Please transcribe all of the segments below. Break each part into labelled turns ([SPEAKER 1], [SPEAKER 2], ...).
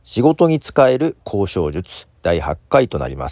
[SPEAKER 1] 仕事に使える交渉術第8回となります。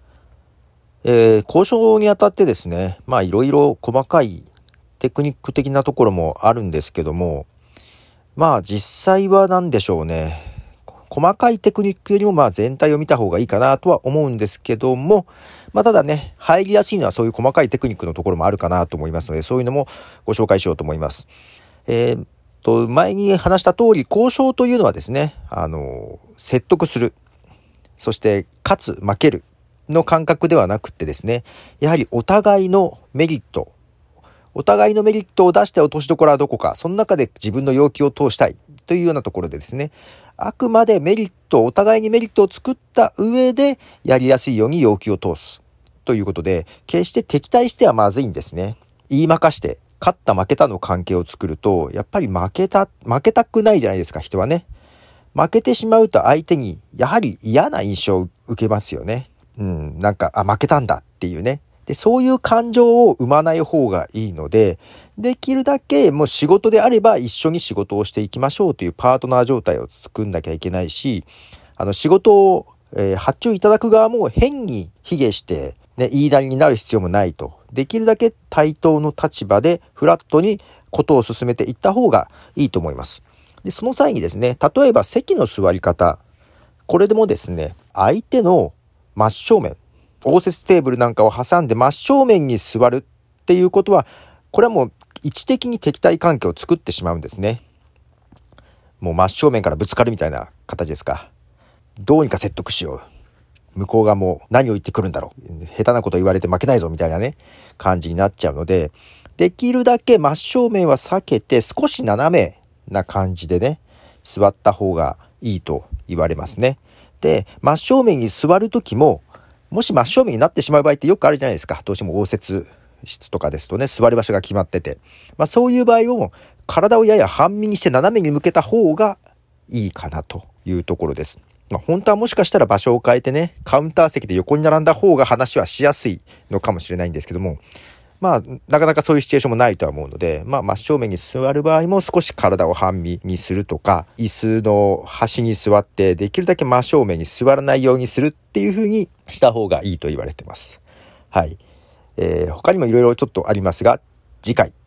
[SPEAKER 1] 交渉にあたってですね、いろいろ細かいテクニック的なところもあるんですけども、実際は何でしょうね。細かいテクニックよりも全体を見た方がいいかなとは思うんですけども、ただね、入りやすいのはそういう細かいテクニックのところもあるかなと思いますので、そういうのもご紹介しようと思います。前に話した通り、交渉というのはですね、説得する、そして勝つ負けるの感覚ではなくてですね、やはりお互いのメリットを出して落としどころはどこか、その中で自分の要求を通したいというようなところでですね、あくまでお互いにメリットを作った上でやりやすいように要求を通すということで、決して敵対してはまずいんですね。言いまかして勝った負けたの関係を作ると、やっぱり負けたくないじゃないですか、人はね。負けてしまうと相手にやはり嫌な印象を受けますよね。負けたんだっていうね。で、そういう感情を生まない方がいいので、できるだけもう仕事であれば一緒に仕事をしていきましょうというパートナー状態を作んなきゃいけないし、仕事を、発注いただく側も変に卑下して、言いなりになる必要もないと。できるだけ対等の立場でフラットにことを進めていった方がいいと思います。で、その際にですね、例えば席の座り方、これでもですね、相手の真正面、応接テーブルなんかを挟んで真正面に座るっていうことは、これはもう位置的に敵対関係を作ってしまうんですね。もう真正面からぶつかるみたいな形ですか。どうにか説得しよう。向こうがもう何を言ってくるんだろう。下手なこと言われて負けないぞみたいなね、感じになっちゃうので、できるだけ真正面は避けて少し斜めな感じでね、座った方がいいと言われますね。で、真正面に座るときも、もし真正面になってしまう場合ってよくあるじゃないですか。どうしても応接室とかですとね、座る場所が決まってて。そういう場合を体をやや半身にして斜めに向けた方がいいかなというところです。本当はもしかしたら場所を変えてね、カウンター席で横に並んだ方が話はしやすいのかもしれないんですけども、なかなかそういうシチュエーションもないとは思うので、真正面に座る場合も少し体を半身にするとか、椅子の端に座ってできるだけ真正面に座らないようにするっていう風にした方がいいと言われてます。はい。他にもいろいろちょっとありますが、次回